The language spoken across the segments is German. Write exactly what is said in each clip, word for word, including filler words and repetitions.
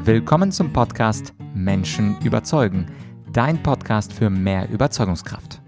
Willkommen zum Podcast Menschen überzeugen, dein Podcast für mehr Überzeugungskraft.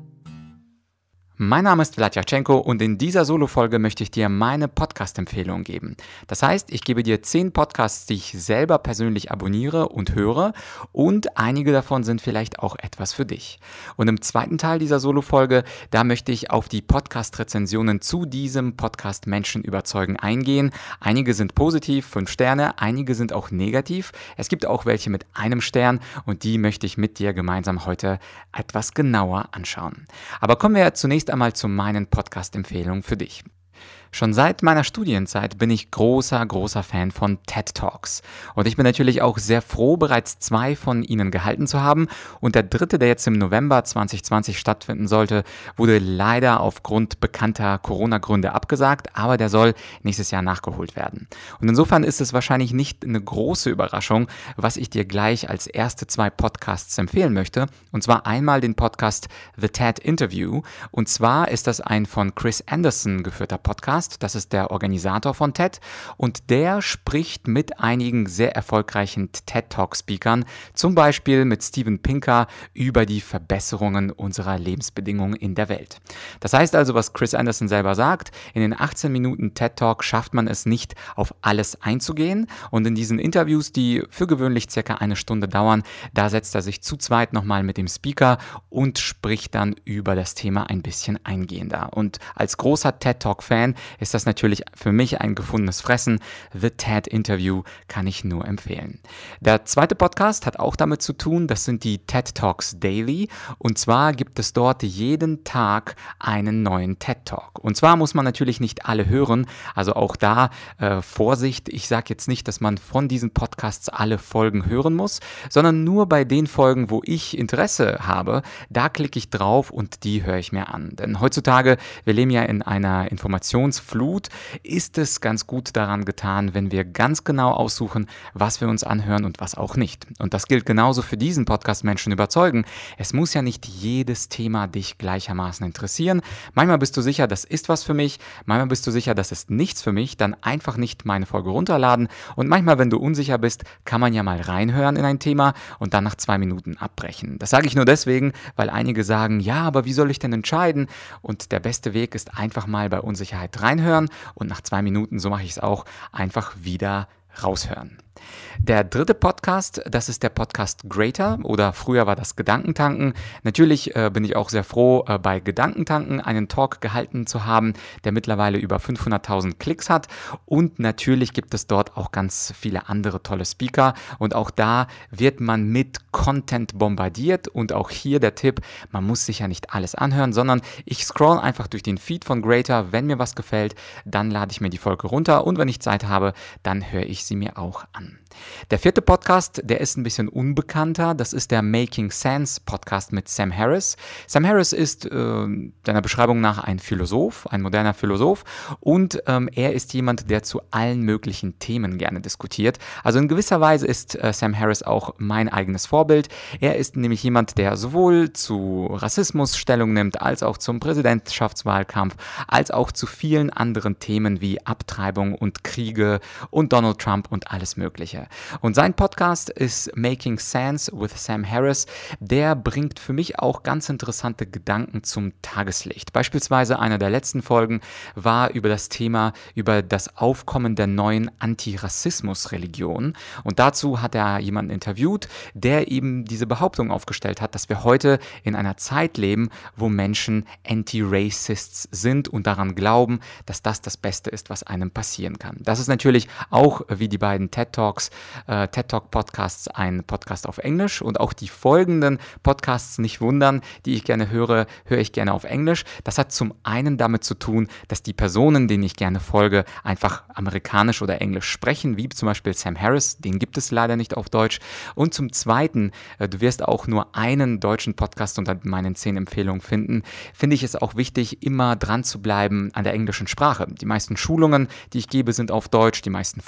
Mein Name ist Vladyachenko und in dieser Solo-Folge möchte ich dir meine Podcast-Empfehlung geben. Das heißt, ich gebe dir zehn Podcasts, die ich selber persönlich abonniere und höre, und einige davon sind vielleicht auch etwas für dich. Und im zweiten Teil dieser Solo-Folge, da möchte ich auf die Podcast-Rezensionen zu diesem Podcast Menschen überzeugen eingehen. Einige sind positiv, fünf Sterne, einige sind auch negativ. Es gibt auch welche mit einem Stern und die möchte ich mit dir gemeinsam heute etwas genauer anschauen. Aber kommen wir zunächst einmal zu meinen Podcast-Empfehlungen für dich. Schon seit meiner Studienzeit bin ich großer, großer Fan von TED Talks. Und ich bin natürlich auch sehr froh, bereits zwei von ihnen gehalten zu haben. Und der dritte, der jetzt im November zwanzig zwanzig stattfinden sollte, wurde leider aufgrund bekannter Corona-Gründe abgesagt, aber der soll nächstes Jahr nachgeholt werden. Und insofern ist es wahrscheinlich nicht eine große Überraschung, was ich dir gleich als erste zwei Podcasts empfehlen möchte. Und zwar einmal den Podcast The TED Interview. Und zwar ist das ein von Chris Anderson geführter Podcast. Das ist der Organisator von TED und der spricht mit einigen sehr erfolgreichen TED-Talk-Speakern, zum Beispiel mit Steven Pinker, über die Verbesserungen unserer Lebensbedingungen in der Welt. Das heißt also, was Chris Anderson selber sagt, in den achtzehn Minuten TED-Talk schafft man es nicht, auf alles einzugehen, und in diesen Interviews, die für gewöhnlich circa eine Stunde dauern, da setzt er sich zu zweit nochmal mit dem Speaker und spricht dann über das Thema ein bisschen eingehender. Und als großer TED-Talk-Fan ist das natürlich für mich ein gefundenes Fressen. The TED Interview kann ich nur empfehlen. Der zweite Podcast hat auch damit zu tun, das sind die TED Talks Daily, und zwar gibt es dort jeden Tag einen neuen TED Talk. Und zwar muss man natürlich nicht alle hören, also auch da äh, Vorsicht, ich sage jetzt nicht, dass man von diesen Podcasts alle Folgen hören muss, sondern nur bei den Folgen, wo ich Interesse habe, da klicke ich drauf und die höre ich mir an. Denn heutzutage, wir leben ja in einer Informations Flut, ist es ganz gut daran getan, wenn wir ganz genau aussuchen, was wir uns anhören und was auch nicht. Und das gilt genauso für diesen Podcast Menschen überzeugen. Es muss ja nicht jedes Thema dich gleichermaßen interessieren. Manchmal bist du sicher, das ist was für mich. Manchmal bist du sicher, das ist nichts für mich. Dann einfach nicht meine Folge runterladen. Und manchmal, wenn du unsicher bist, kann man ja mal reinhören in ein Thema und dann nach zwei Minuten abbrechen. Das sage ich nur deswegen, weil einige sagen, ja, aber wie soll ich denn entscheiden? Und der beste Weg ist einfach mal bei Unsicherheit reinhören und nach zwei Minuten, so mache ich es auch, einfach wieder raushören. Der dritte Podcast, das ist der Podcast Greater, oder früher war das Gedankentanken. Natürlich äh, bin ich auch sehr froh, äh, bei Gedankentanken einen Talk gehalten zu haben, der mittlerweile über fünfhunderttausend Klicks hat, und natürlich gibt es dort auch ganz viele andere tolle Speaker, und auch da wird man mit Content bombardiert, und auch hier der Tipp, man muss sich ja nicht alles anhören, sondern ich scroll einfach durch den Feed von Greater. Wenn mir was gefällt, dann lade ich mir die Folge runter, und wenn ich Zeit habe, dann höre ich sie mir auch an. Der vierte Podcast, der ist ein bisschen unbekannter, das ist der Making Sense Podcast mit Sam Harris. Sam Harris ist äh, seiner Beschreibung nach ein Philosoph, ein moderner Philosoph, und ähm, er ist jemand, der zu allen möglichen Themen gerne diskutiert. Also in gewisser Weise ist äh, Sam Harris auch mein eigenes Vorbild. Er ist nämlich jemand, der sowohl zu Rassismus Stellung nimmt, als auch zum Präsidentschaftswahlkampf, als auch zu vielen anderen Themen wie Abtreibung und Kriege und Donald Trump und alles Mögliche. Und sein Podcast ist Making Sense with Sam Harris. Der bringt für mich auch ganz interessante Gedanken zum Tageslicht. Beispielsweise einer der letzten Folgen war über das Thema, über das Aufkommen der neuen Antirassismus-Religion. Und dazu hat er jemanden interviewt, der eben diese Behauptung aufgestellt hat, dass wir heute in einer Zeit leben, wo Menschen Anti-Racists sind und daran glauben, dass das das Beste ist, was einem passieren kann. Das ist natürlich auch, wie die beiden TED Talks, äh, TED Talk Podcasts, ein Podcast auf Englisch, und auch die folgenden Podcasts, nicht wundern, die ich gerne höre, höre ich gerne auf Englisch. Das hat zum einen damit zu tun, dass die Personen, denen ich gerne folge, einfach amerikanisch oder englisch sprechen, wie zum Beispiel Sam Harris, den gibt es leider nicht auf Deutsch. Und zum zweiten, äh, du wirst auch nur einen deutschen Podcast unter meinen zehn Empfehlungen finden, finde ich es auch wichtig, immer dran zu bleiben an der englischen Sprache. Die meisten Schulungen, die ich gebe, sind auf Deutsch, die meisten Vorträge,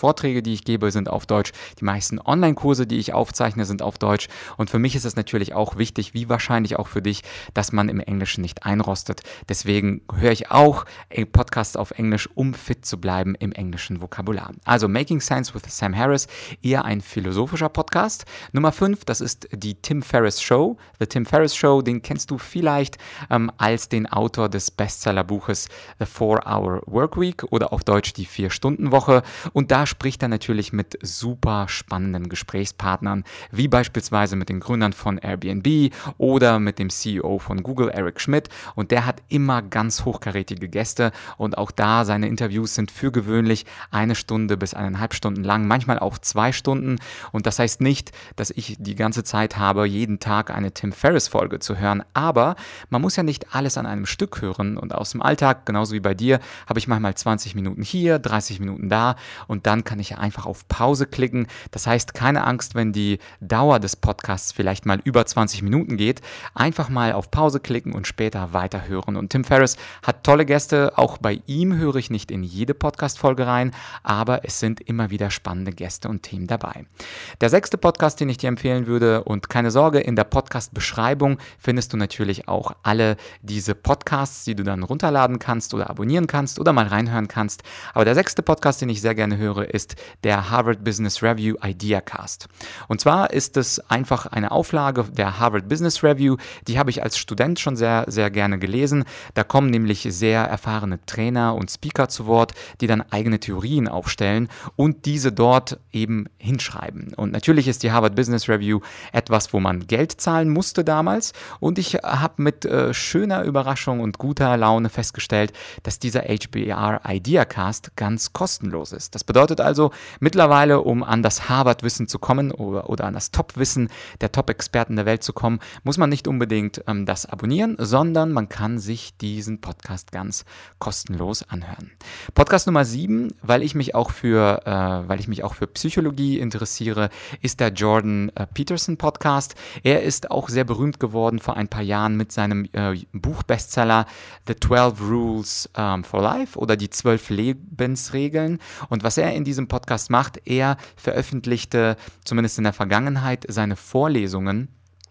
die ich gebe, sind auf Deutsch. Die meisten Online-Kurse, die ich aufzeichne, sind auf Deutsch. Und für mich ist es natürlich auch wichtig, wie wahrscheinlich auch für dich, dass man im Englischen nicht einrostet. Deswegen höre ich auch Podcasts auf Englisch, um fit zu bleiben im englischen Vokabular. Also Making Sense with Sam Harris, eher ein philosophischer Podcast. Nummer fünf, das ist die Tim Ferriss Show. The Tim Ferriss Show, den kennst du vielleicht ähm, als den Autor des Bestsellerbuches The four-Hour Workweek oder auf Deutsch die Vier-Stunden-Woche. Und da spricht er natürlich mit super spannenden Gesprächspartnern, wie beispielsweise mit den Gründern von Airbnb oder mit dem C E O von Google, Eric Schmidt. Und der hat immer ganz hochkarätige Gäste und auch da seine Interviews sind für gewöhnlich eine Stunde bis eineinhalb Stunden lang, manchmal auch zwei Stunden. Und das heißt nicht, dass ich die ganze Zeit habe, jeden Tag eine Tim Ferriss-Folge zu hören, aber man muss ja nicht alles an einem Stück hören und aus dem Alltag, genauso wie bei dir, habe ich manchmal zwanzig Minuten hier, dreißig Minuten da und dann kann ich einfach auf Pause klicken. Das heißt, keine Angst, wenn die Dauer des Podcasts vielleicht mal über zwanzig Minuten geht, einfach mal auf Pause klicken und später weiterhören. Und Tim Ferriss hat tolle Gäste, auch bei ihm höre ich nicht in jede Podcast-Folge rein, aber es sind immer wieder spannende Gäste und Themen dabei. Der sechste Podcast, den ich dir empfehlen würde, und keine Sorge, in der Podcast-Beschreibung findest du natürlich auch alle diese Podcasts, die du dann runterladen kannst oder abonnieren kannst oder mal reinhören kannst. Aber der sechste Podcast, den ich sehr gerne höre, ist der Harvard Business Review IdeaCast. Und zwar ist es einfach eine Auflage der Harvard Business Review, die habe ich als Student schon sehr, sehr gerne gelesen. Da kommen nämlich sehr erfahrene Trainer und Speaker zu Wort, die dann eigene Theorien aufstellen und diese dort eben hinschreiben. Und natürlich ist die Harvard Business Review etwas, wo man Geld zahlen musste damals und ich habe mit äh, schöner Überraschung und guter Laune festgestellt, dass dieser H B R IdeaCast ganz kostenlos ist. Das bedeutet also, mittlerweile, um an das Harvard-Wissen zu kommen oder, oder an das Top-Wissen der Top-Experten der Welt zu kommen, muss man nicht unbedingt ähm, das abonnieren, sondern man kann sich diesen Podcast ganz kostenlos anhören. Podcast Nummer sieben, weil ich mich auch für, äh, weil ich mich auch für Psychologie interessiere, ist der Jordan äh, Peterson Podcast. Er ist auch sehr berühmt geworden vor ein paar Jahren mit seinem äh, Buchbestseller The twelve Rules um, for Life oder die zwölf Lebensregeln. Und was er in diesem Podcast macht, er veröffentlichte zumindest in der Vergangenheit seine Vorlesungen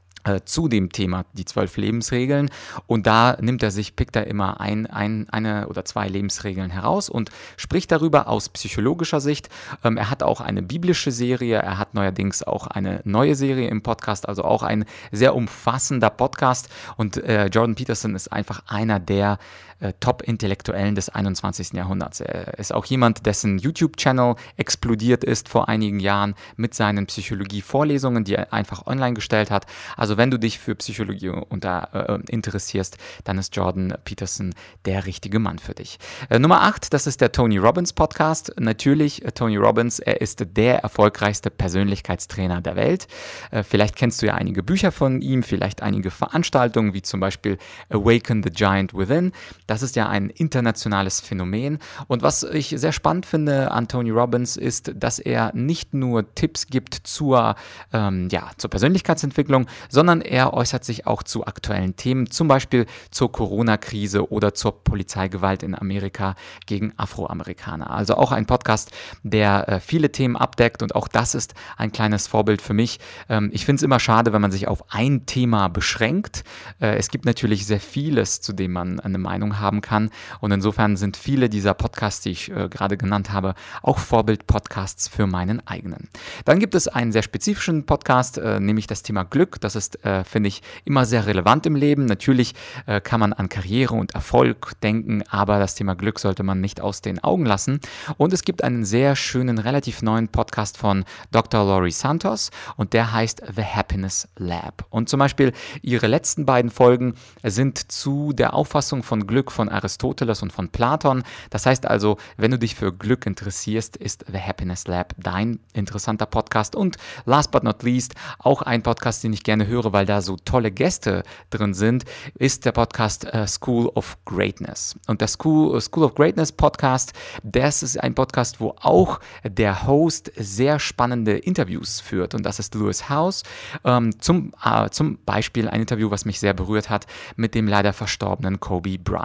zu dem Thema die zwölf Lebensregeln und da nimmt er sich, pickt er immer ein, ein, eine oder zwei Lebensregeln heraus und spricht darüber aus psychologischer Sicht. Ähm, er hat auch eine biblische Serie, er hat neuerdings auch eine neue Serie im Podcast, also auch ein sehr umfassender Podcast und äh, Jordan Peterson ist einfach einer der äh, Top-Intellektuellen des einundzwanzigsten Jahrhunderts. Er ist auch jemand, dessen YouTube-Channel explodiert ist vor einigen Jahren mit seinen Psychologie-Vorlesungen, die er einfach online gestellt hat. Also wenn du dich für Psychologie unter, äh, interessierst, dann ist Jordan Peterson der richtige Mann für dich. Äh, Nummer acht, das ist der Tony Robbins Podcast. Natürlich, äh, Tony Robbins, er ist der erfolgreichste Persönlichkeitstrainer der Welt. Äh, vielleicht kennst du ja einige Bücher von ihm, vielleicht einige Veranstaltungen, wie zum Beispiel Awaken the Giant Within. Das ist ja ein internationales Phänomen. Und was ich sehr spannend finde an Tony Robbins ist, dass er nicht nur Tipps gibt zur, ähm, ja, zur Persönlichkeitsentwicklung, sondern er äußert sich auch zu aktuellen Themen, zum Beispiel zur Corona-Krise oder zur Polizeigewalt in Amerika gegen Afroamerikaner. Also auch ein Podcast, der äh, viele Themen abdeckt und auch das ist ein kleines Vorbild für mich. Ähm, ich finde es immer schade, wenn man sich auf ein Thema beschränkt. Äh, es gibt natürlich sehr vieles, zu dem man eine Meinung haben kann und insofern sind viele dieser Podcasts, die ich äh, gerade genannt habe, auch Vorbild-Podcasts für meinen eigenen. Dann gibt es einen sehr spezifischen Podcast, äh, nämlich das Thema Glück. Das ist, äh, finde ich, immer sehr relevant im Leben. Natürlich äh, kann man an Karriere und Erfolg denken, aber das Thema Glück sollte man nicht aus den Augen lassen. Und es gibt einen sehr schönen, relativ neuen Podcast von Doktor Laurie Santos und der heißt The Happiness Lab. Und zum Beispiel ihre letzten beiden Folgen sind zu der Auffassung von Glück von Aristoteles und von Platon. Das heißt also, wenn du dich für Glück interessierst, ist The Happiness Lab dein interessanter Podcast. Und last but not least, auch ein Podcast, den ich gerne höre, weil da so tolle Gäste drin sind, ist der Podcast uh, School of Greatness. Und der School, School of Greatness Podcast, das ist ein Podcast, wo auch der Host sehr spannende Interviews führt. Und das ist Lewis Howes. Ähm, zum, äh, zum Beispiel ein Interview, was mich sehr berührt hat, mit dem leider verstorbenen Kobe Bryant.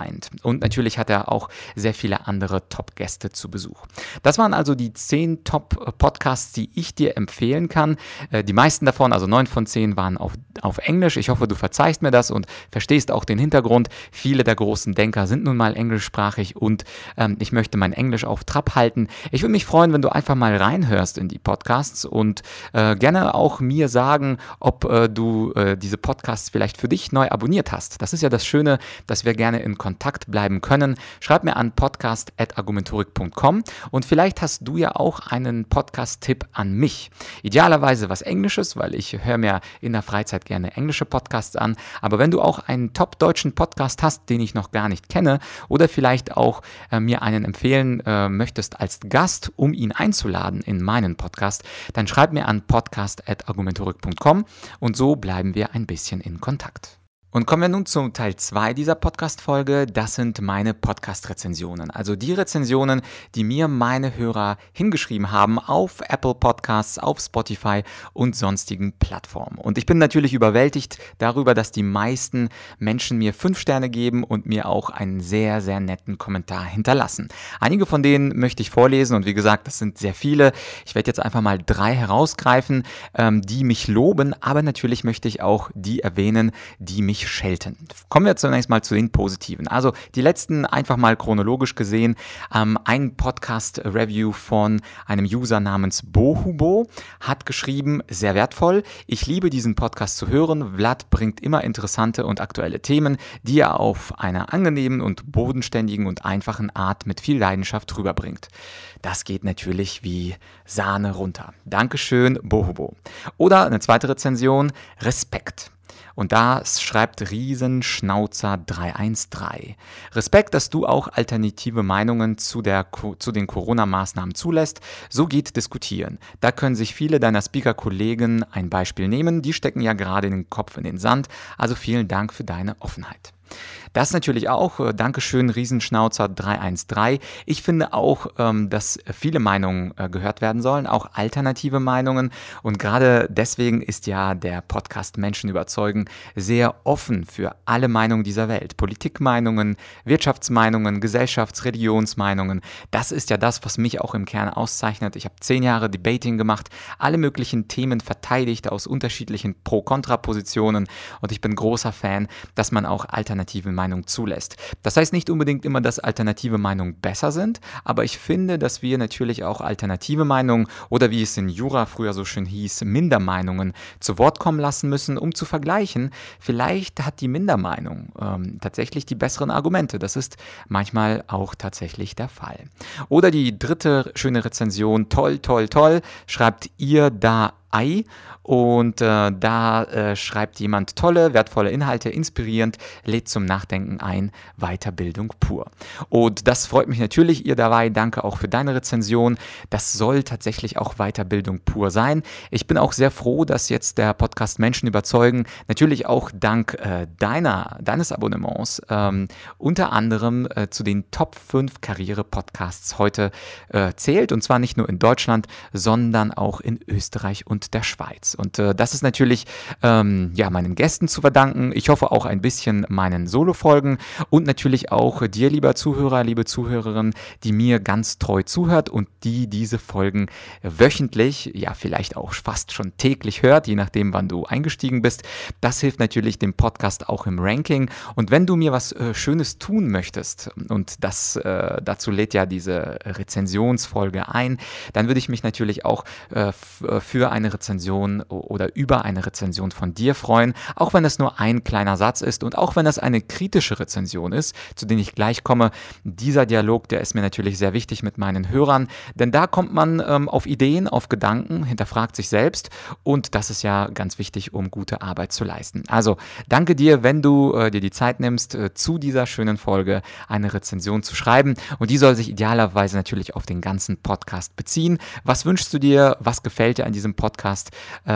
Mind. Und natürlich hat er auch sehr viele andere Top-Gäste zu Besuch. Das waren also die zehn Top-Podcasts, die ich dir empfehlen kann. Äh, die meisten davon, also neun von zehn, waren auf, auf Englisch. Ich hoffe, du verzeihst mir das und verstehst auch den Hintergrund. Viele der großen Denker sind nun mal englischsprachig und ähm, ich möchte mein Englisch auf Trab halten. Ich würde mich freuen, wenn du einfach mal reinhörst in die Podcasts und äh, gerne auch mir sagen, ob äh, du äh, diese Podcasts vielleicht für dich neu abonniert hast. Das ist ja das Schöne, dass wir gerne in Kontakt bleiben können. Schreib mir an podcast at argumentorik punkt com und vielleicht hast du ja auch einen Podcast-Tipp an mich. Idealerweise was Englisches, weil ich höre mir in der Freizeit gerne englische Podcasts an. Aber wenn du auch einen top-deutschen Podcast hast, den ich noch gar nicht kenne oder vielleicht auch äh, mir einen empfehlen äh, möchtest als Gast, um ihn einzuladen in meinen Podcast, dann schreib mir an podcast at argumentorik punkt com und so bleiben wir ein bisschen in Kontakt. Und kommen wir nun zum Teil zwei dieser Podcast-Folge. Das sind meine Podcast-Rezensionen. Also die Rezensionen, die mir meine Hörer hingeschrieben haben auf Apple Podcasts, auf Spotify und sonstigen Plattformen. Und ich bin natürlich überwältigt darüber, dass die meisten Menschen mir fünf Sterne geben und mir auch einen sehr, sehr netten Kommentar hinterlassen. Einige von denen möchte ich vorlesen und wie gesagt, das sind sehr viele. Ich werde jetzt einfach mal drei herausgreifen, ähm, die mich loben, aber natürlich möchte ich auch die erwähnen, die mich schelten. Kommen wir zunächst mal zu den Positiven. Also die letzten einfach mal chronologisch gesehen. Ähm, ein Podcast-Review von einem User namens Bohubo hat geschrieben, sehr wertvoll. Ich liebe diesen Podcast zu hören. Vlad bringt immer interessante und aktuelle Themen, die er auf einer angenehmen und bodenständigen und einfachen Art mit viel Leidenschaft rüberbringt. Das geht natürlich wie Sahne runter. Dankeschön, Bohubo. Oder eine zweite Rezension, Respekt. Und da schreibt Riesenschnauzer drei eins drei. Respekt, dass du auch alternative Meinungen zu, der, zu den Corona-Maßnahmen zulässt. So geht diskutieren. Da können sich viele deiner Speaker-Kollegen ein Beispiel nehmen. Die stecken ja gerade den Kopf in den Sand. Also vielen Dank für deine Offenheit. Das natürlich auch, äh, Dankeschön, Riesenschnauzer drei eins drei. Ich finde auch, ähm, dass viele Meinungen äh, gehört werden sollen, auch alternative Meinungen. Und gerade deswegen ist ja der Podcast Menschen überzeugen sehr offen für alle Meinungen dieser Welt. Politikmeinungen, Wirtschaftsmeinungen, Gesellschafts-, Religionsmeinungen. Das ist ja das, was mich auch im Kern auszeichnet. Ich habe zehn Jahre Debating gemacht, alle möglichen Themen verteidigt aus unterschiedlichen Pro-Kontra-Positionen. Und ich bin großer Fan, dass man auch alternative Meinungen zulässt. Das heißt nicht unbedingt immer, dass alternative Meinungen besser sind, aber ich finde, dass wir natürlich auch alternative Meinungen oder wie es in Jura früher so schön hieß, Mindermeinungen zu Wort kommen lassen müssen, um zu vergleichen. Vielleicht hat die Mindermeinung ähm, tatsächlich die besseren Argumente. Das ist manchmal auch tatsächlich der Fall. Oder die dritte schöne Rezension, toll, toll, toll, schreibt ihr da Ei und äh, da äh, schreibt jemand tolle, wertvolle Inhalte, inspirierend, lädt zum Nachdenken ein, Weiterbildung pur. Und das freut mich natürlich, ihr dabei, danke auch für deine Rezension. Das soll tatsächlich auch Weiterbildung pur sein. Ich bin auch sehr froh, dass jetzt der Podcast Menschen überzeugen, natürlich auch dank äh, deiner, deines Abonnements, ähm, unter anderem äh, zu den Top fünf Karriere-Podcasts heute äh, zählt und zwar nicht nur in Deutschland, sondern auch in Österreich und der Schweiz. Und äh, das ist natürlich ähm, ja, meinen Gästen zu verdanken. Ich hoffe auch ein bisschen meinen Solo-Folgen und natürlich auch dir, lieber Zuhörer, liebe Zuhörerin, die mir ganz treu zuhört und die diese Folgen wöchentlich, ja vielleicht auch fast schon täglich hört, je nachdem, wann du eingestiegen bist. Das hilft natürlich dem Podcast auch im Ranking. Und wenn du mir was äh, Schönes tun möchtest, und das äh, dazu lädt ja diese Rezensionsfolge ein, dann würde ich mich natürlich auch äh, f- für eine Rezension oder über eine Rezension von dir freuen, auch wenn es nur ein kleiner Satz ist und auch wenn das eine kritische Rezension ist, zu der ich gleich komme. Dieser Dialog, der ist mir natürlich sehr wichtig mit meinen Hörern, denn da kommt man ähm, auf Ideen, auf Gedanken, hinterfragt sich selbst und das ist ja ganz wichtig, um gute Arbeit zu leisten. Also danke dir, wenn du äh, dir die Zeit nimmst, äh, zu dieser schönen Folge eine Rezension zu schreiben und die soll sich idealerweise natürlich auf den ganzen Podcast beziehen. Was wünschst du dir? Was gefällt dir an diesem Podcast? Podcast,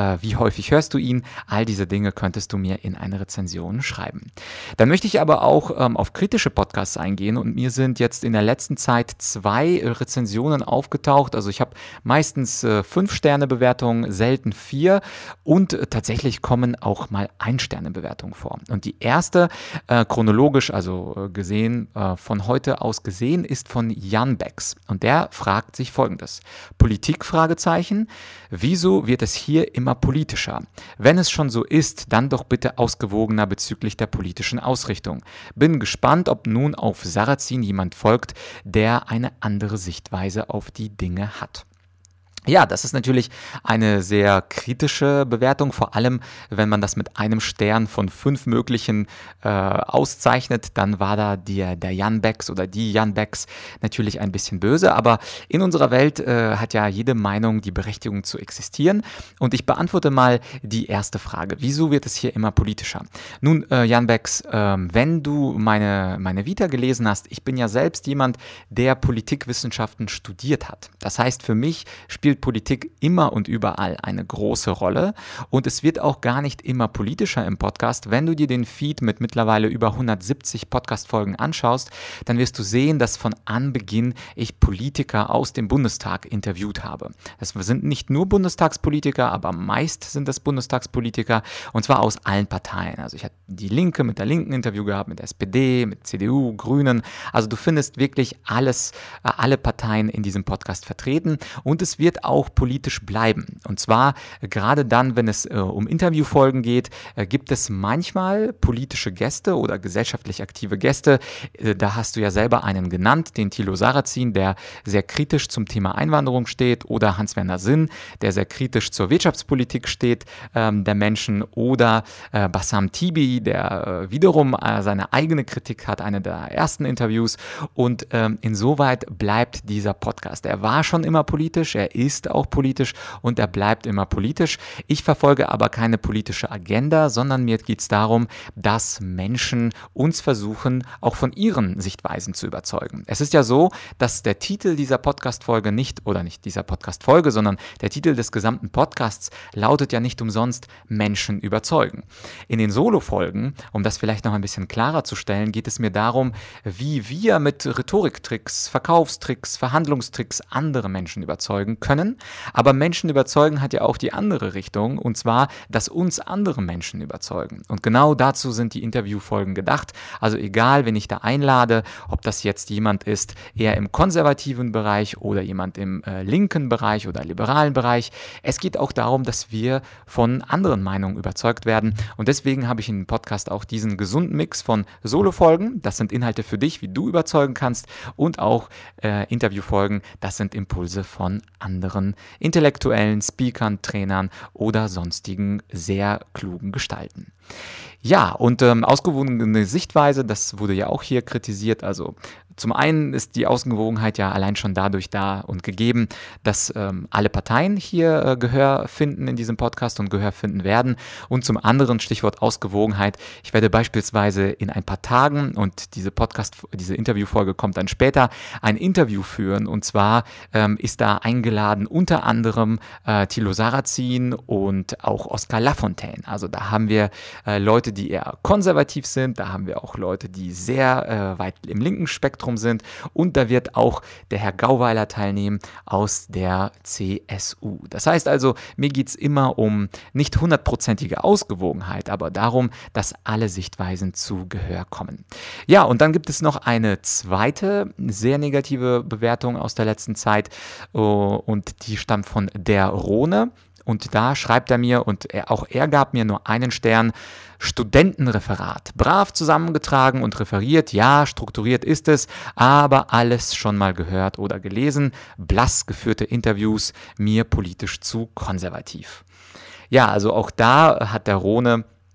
äh, wie häufig hörst du ihn? All diese Dinge könntest du mir in eine Rezension schreiben. Dann möchte ich aber auch ähm, auf kritische Podcasts eingehen und mir sind jetzt in der letzten Zeit zwei äh, Rezensionen aufgetaucht. Also ich habe meistens äh, fünf Sterne Bewertungen, selten vier und äh, tatsächlich kommen auch mal ein Sterne Bewertungen vor. Und die erste, äh, chronologisch, also äh, gesehen, äh, von heute aus gesehen, ist von Jan Becks und der fragt sich Folgendes. Politik? Fragezeichen. Wieso wird es hier immer politischer? Wenn es schon so ist, dann doch bitte ausgewogener bezüglich der politischen Ausrichtung. Bin gespannt, ob nun auf Sarrazin jemand folgt, der eine andere Sichtweise auf die Dinge hat. Ja, das ist natürlich eine sehr kritische Bewertung, vor allem wenn man das mit einem Stern von fünf möglichen äh, auszeichnet, dann war da der, der Jan Becks oder die Jan Becks natürlich ein bisschen böse, aber in unserer Welt äh, hat ja jede Meinung die Berechtigung zu existieren und ich beantworte mal die erste Frage. Wieso wird es hier immer politischer? Nun, äh, Jan Becks, äh, wenn du meine, meine Vita gelesen hast, ich bin ja selbst jemand, der Politikwissenschaften studiert hat. Das heißt, für mich spielt Politik immer und überall eine große Rolle und es wird auch gar nicht immer politischer im Podcast. Wenn du dir den Feed mit mittlerweile über hundertsiebzig Podcast-Folgen anschaust, dann wirst du sehen, dass von Anbeginn ich Politiker aus dem Bundestag interviewt habe. Das sind nicht nur Bundestagspolitiker, aber meist sind das Bundestagspolitiker und zwar aus allen Parteien. Also ich hatte die Linke mit der Linken Interview gehabt, mit der S P D, mit C D U, Grünen. Also du findest wirklich alles, alle Parteien in diesem Podcast vertreten und es wird auch politisch bleiben. Und zwar äh, gerade dann, wenn es äh, um Interviewfolgen geht, äh, gibt es manchmal politische Gäste oder gesellschaftlich aktive Gäste. Äh, da hast du ja selber einen genannt, den Thilo Sarrazin, der sehr kritisch zum Thema Einwanderung steht, oder Hans-Werner Sinn, der sehr kritisch zur Wirtschaftspolitik steht ähm, der Menschen, oder äh, Bassam Tibi, der äh, wiederum äh, seine eigene Kritik hat, eine der ersten Interviews. Und ähm, insoweit bleibt dieser Podcast. Er war schon immer politisch, er ist ist auch politisch und er bleibt immer politisch. Ich verfolge aber keine politische Agenda, sondern mir geht es darum, dass Menschen uns versuchen, auch von ihren Sichtweisen zu überzeugen. Es ist ja so, dass der Titel dieser Podcast-Folge nicht, oder nicht dieser Podcast-Folge, sondern der Titel des gesamten Podcasts lautet ja nicht umsonst Menschen überzeugen. In den Solo-Folgen, um das vielleicht noch ein bisschen klarer zu stellen, geht es mir darum, wie wir mit Rhetoriktricks, Verkaufstricks, Verhandlungstricks andere Menschen überzeugen können. Aber Menschen überzeugen hat ja auch die andere Richtung, und zwar, dass uns andere Menschen überzeugen. Und genau dazu sind die Interviewfolgen gedacht. Also egal, wen ich da einlade, ob das jetzt jemand ist, eher im konservativen Bereich oder jemand im äh, linken Bereich oder liberalen Bereich. Es geht auch darum, dass wir von anderen Meinungen überzeugt werden. Und deswegen habe ich in dem Podcast auch diesen gesunden Mix von Solo-Folgen. Das sind Inhalte für dich, wie du überzeugen kannst, und auch äh, Interviewfolgen. Das sind Impulse von anderen intellektuellen Speakern, Trainern oder sonstigen sehr klugen Gestalten. Ja, und ähm, ausgewogene Sichtweise, das wurde ja auch hier kritisiert. Also zum einen ist die Ausgewogenheit ja allein schon dadurch da und gegeben, dass ähm, alle Parteien hier äh, Gehör finden in diesem Podcast und Gehör finden werden. Und zum anderen, Stichwort Ausgewogenheit, ich werde beispielsweise in ein paar Tagen, und diese Podcast, diese Interviewfolge kommt dann später, ein Interview führen. Und zwar ähm, ist da eingeladen unter anderem äh, Thilo Sarrazin und auch Oskar Lafontaine. Also da haben wir äh, Leute, die eher konservativ sind, da haben wir auch Leute, die sehr äh, weit im linken Spektrum sind, und da wird auch der Herr Gauweiler teilnehmen aus der C S U. Das heißt also, mir geht es immer um nicht hundertprozentige Ausgewogenheit, aber darum, dass alle Sichtweisen zu Gehör kommen. Ja, und dann gibt es noch eine zweite sehr negative Bewertung aus der letzten Zeit, und die stammt von der Rhone. Und da schreibt er mir, und er, auch er gab mir nur einen Stern: Studentenreferat. Brav zusammengetragen und referiert, ja, strukturiert ist es, aber alles schon mal gehört oder gelesen. Blass geführte Interviews, mir politisch zu konservativ. Ja, also auch da hat der Rhone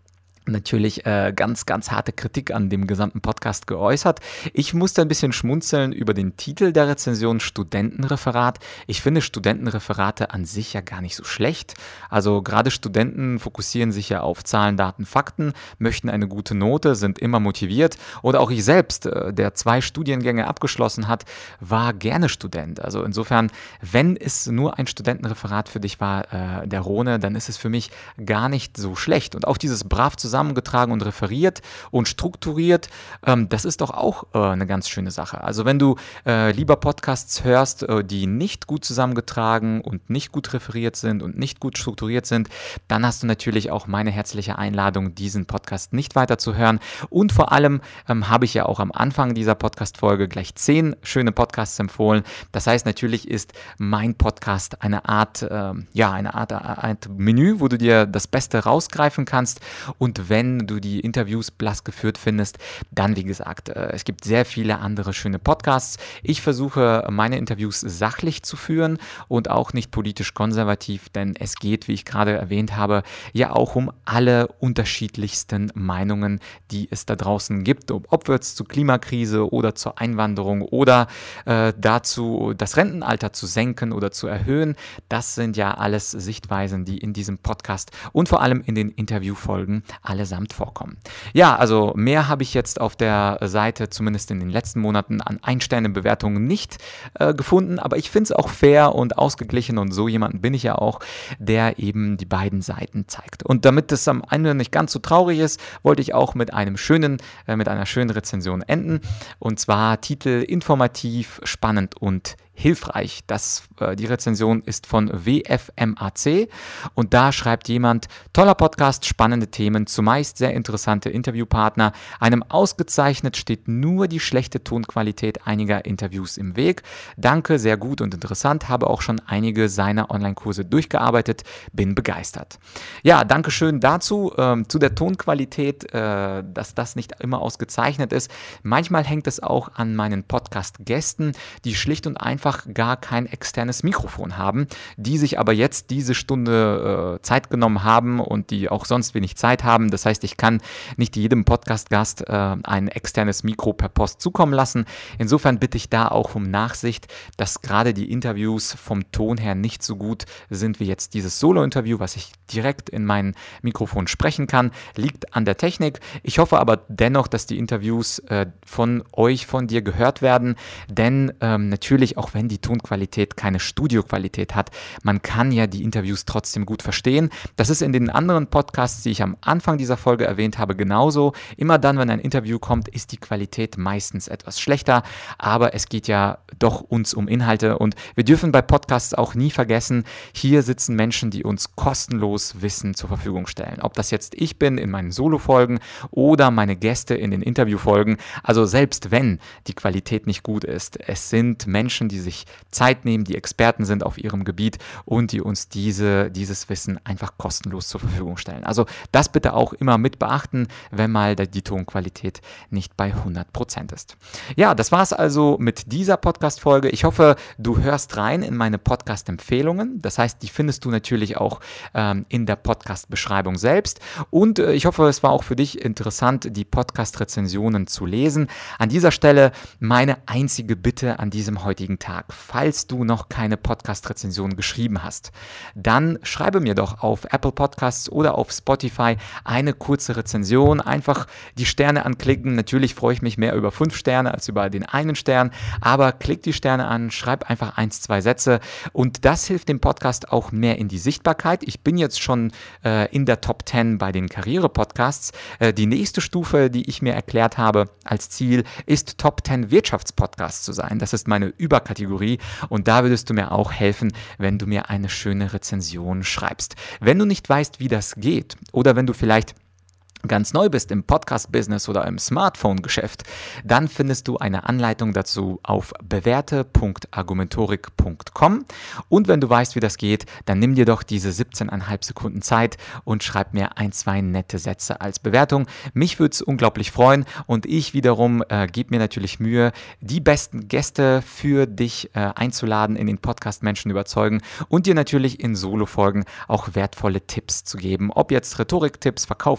natürlich äh, ganz, ganz harte Kritik an dem gesamten Podcast geäußert. Ich musste ein bisschen schmunzeln über den Titel der Rezension Studentenreferat. Ich finde Studentenreferate an sich ja gar nicht so schlecht. Also gerade Studenten fokussieren sich ja auf Zahlen, Daten, Fakten, möchten eine gute Note, sind immer motiviert. Oder auch ich selbst, äh, der zwei Studiengänge abgeschlossen hat, war gerne Student. Also insofern, wenn es nur ein Studentenreferat für dich war, äh, der Rhone, dann ist es für mich gar nicht so schlecht. Und auch dieses brav zusammen zusammengetragen und referiert und strukturiert, ähm, das ist doch auch äh, eine ganz schöne Sache. Also wenn du äh, lieber Podcasts hörst, äh, die nicht gut zusammengetragen und nicht gut referiert sind und nicht gut strukturiert sind, dann hast du natürlich auch meine herzliche Einladung, diesen Podcast nicht weiter zu hören. Und vor allem ähm, habe ich ja auch am Anfang dieser Podcast-Folge gleich zehn schöne Podcasts empfohlen. Das heißt, natürlich ist mein Podcast eine Art, äh, ja, eine Art, Art Menü, wo du dir das Beste rausgreifen kannst. Und wenn du die Interviews blass geführt findest, dann wie gesagt, es gibt sehr viele andere schöne Podcasts. Ich versuche meine Interviews sachlich zu führen und auch nicht politisch konservativ, denn es geht, wie ich gerade erwähnt habe, ja auch um alle unterschiedlichsten Meinungen, die es da draußen gibt, ob jetzt zur Klimakrise oder zur Einwanderung oder äh, dazu, das Rentenalter zu senken oder zu erhöhen. Das sind ja alles Sichtweisen, die in diesem Podcast und vor allem in den Interviewfolgen allesamt vorkommen. Ja, also mehr habe ich jetzt auf der Seite, zumindest in den letzten Monaten, an Ein-Sterne-Bewertungen nicht äh, gefunden, aber ich finde es auch fair und ausgeglichen und so jemand bin ich ja auch, der eben die beiden Seiten zeigt. Und damit es am Ende nicht ganz so traurig ist, wollte ich auch mit einem schönen, äh, mit einer schönen Rezension enden, und zwar Titel informativ, spannend und hilfreich. Das, äh, die Rezension ist von W F M A C und da schreibt jemand: toller Podcast, spannende Themen, zumeist sehr interessante Interviewpartner. Einem ausgezeichnet steht nur die schlechte Tonqualität einiger Interviews im Weg. Danke, sehr gut und interessant, habe auch schon einige seiner Online-Kurse durchgearbeitet, bin begeistert. Ja, danke schön dazu, ähm, zu der Tonqualität, äh, dass das nicht immer ausgezeichnet ist. Manchmal hängt es auch an meinen Podcast-Gästen, die schlicht und einfach gar kein externes Mikrofon haben, die sich aber jetzt diese Stunde äh, Zeit genommen haben und die auch sonst wenig Zeit haben. Das heißt, ich kann nicht jedem Podcast-Gast äh, ein externes Mikro per Post zukommen lassen. Insofern bitte ich da auch um Nachsicht, dass gerade die Interviews vom Ton her nicht so gut sind wie jetzt dieses Solo-Interview, was ich direkt in mein Mikrofon sprechen kann, liegt an der Technik. Ich hoffe aber dennoch, dass die Interviews äh, von euch, von dir gehört werden, denn ähm, natürlich, auch wenn die Tonqualität keine Studioqualität hat, man kann ja die Interviews trotzdem gut verstehen. Das ist in den anderen Podcasts, die ich am Anfang dieser Folge erwähnt habe, genauso. Immer dann, wenn ein Interview kommt, ist die Qualität meistens etwas schlechter, aber es geht ja doch uns um Inhalte und wir dürfen bei Podcasts auch nie vergessen, hier sitzen Menschen, die uns kostenlos Wissen zur Verfügung stellen. Ob das jetzt ich bin in meinen Solo-Folgen oder meine Gäste in den Interviewfolgen. Also selbst wenn die Qualität nicht gut ist, es sind Menschen, die sich Zeit nehmen, die Experten sind auf ihrem Gebiet und die uns diese, dieses Wissen einfach kostenlos zur Verfügung stellen. Also das bitte auch immer mit beachten, wenn mal die Tonqualität nicht bei hundert Prozent ist. Ja, das war es also mit dieser Podcast-Folge. Ich hoffe, du hörst rein in meine Podcast-Empfehlungen. Das heißt, die findest du natürlich auch ähm, in der Podcast-Beschreibung selbst. Und äh, ich hoffe, es war auch für dich interessant, die Podcast-Rezensionen zu lesen. An dieser Stelle meine einzige Bitte an diesem heutigen Tag. Falls du noch keine Podcast-Rezension geschrieben hast, dann schreibe mir doch auf Apple Podcasts oder auf Spotify eine kurze Rezension. Einfach die Sterne anklicken. Natürlich freue ich mich mehr über fünf Sterne als über den einen Stern, aber klick die Sterne an, schreib einfach eins, zwei Sätze und das hilft dem Podcast auch mehr in die Sichtbarkeit. Ich bin jetzt schon äh, in der Top zehn bei den Karriere-Podcasts. Äh, die nächste Stufe, die ich mir erklärt habe als Ziel, ist Top zehn Wirtschaftspodcasts zu sein. Das ist meine Überkategorie und da würdest du mir auch helfen, wenn du mir eine schöne Rezension schreibst. Wenn du nicht weißt, wie das geht oder wenn du vielleicht ganz neu bist im Podcast-Business oder im Smartphone-Geschäft, dann findest du eine Anleitung dazu auf bewerte punkt argumentorik punkt com und wenn du weißt, wie das geht, dann nimm dir doch diese siebzehn Komma fünf Sekunden Zeit und schreib mir ein, zwei nette Sätze als Bewertung. Mich würde es unglaublich freuen und ich wiederum äh, gebe mir natürlich Mühe, die besten Gäste für dich äh, einzuladen, in den Podcast Menschen überzeugen und dir natürlich in Solo-Folgen auch wertvolle Tipps zu geben, ob jetzt Rhetorik-Tipps, Verkaufstipps,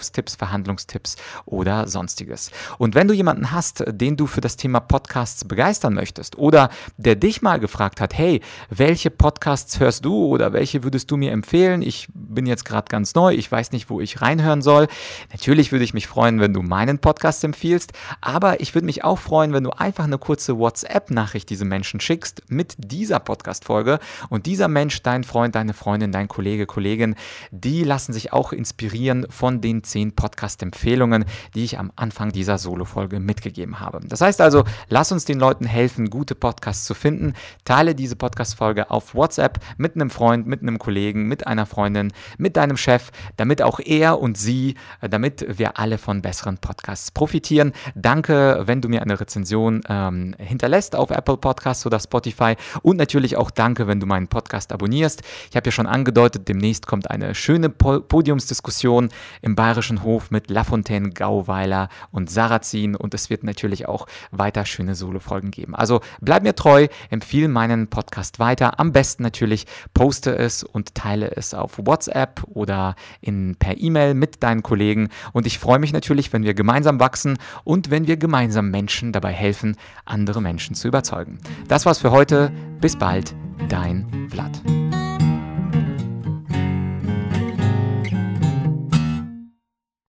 Verhandlungstipps oder sonstiges. Und wenn du jemanden hast, den du für das Thema Podcasts begeistern möchtest oder der dich mal gefragt hat, hey, welche Podcasts hörst du oder welche würdest du mir empfehlen? Ich bin jetzt gerade ganz neu, ich weiß nicht, wo ich reinhören soll. Natürlich würde ich mich freuen, wenn du meinen Podcast empfiehlst, aber ich würde mich auch freuen, wenn du einfach eine kurze WhatsApp-Nachricht diesem Menschen schickst mit dieser Podcast-Folge und dieser Mensch, dein Freund, deine Freundin, dein Kollege, Kollegin, die lassen sich auch inspirieren von den zehn Podcast-Empfehlungen, die ich am Anfang dieser Solo-Folge mitgegeben habe. Das heißt also, lass uns den Leuten helfen, gute Podcasts zu finden. Teile diese Podcast-Folge auf WhatsApp mit einem Freund, mit einem Kollegen, mit einer Freundin, mit deinem Chef, damit auch er und sie, damit wir alle von besseren Podcasts profitieren. Danke, wenn du mir eine Rezension ähm, hinterlässt auf Apple Podcasts oder Spotify und natürlich auch danke, wenn du meinen Podcast abonnierst. Ich habe ja schon angedeutet, demnächst kommt eine schöne po- Podiumsdiskussion im Bayerischen Hof mit Lafontaine, Gauweiler und Sarrazin und es wird natürlich auch weiter schöne Solo-Folgen geben. Also bleib mir treu, empfehle meinen Podcast weiter. Am besten natürlich poste es und teile es auf WhatsApp oder in, per E-Mail mit deinen Kollegen und ich freue mich natürlich, wenn wir gemeinsam wachsen und wenn wir gemeinsam Menschen dabei helfen, andere Menschen zu überzeugen. Das war's für heute. Bis bald, dein Vlad.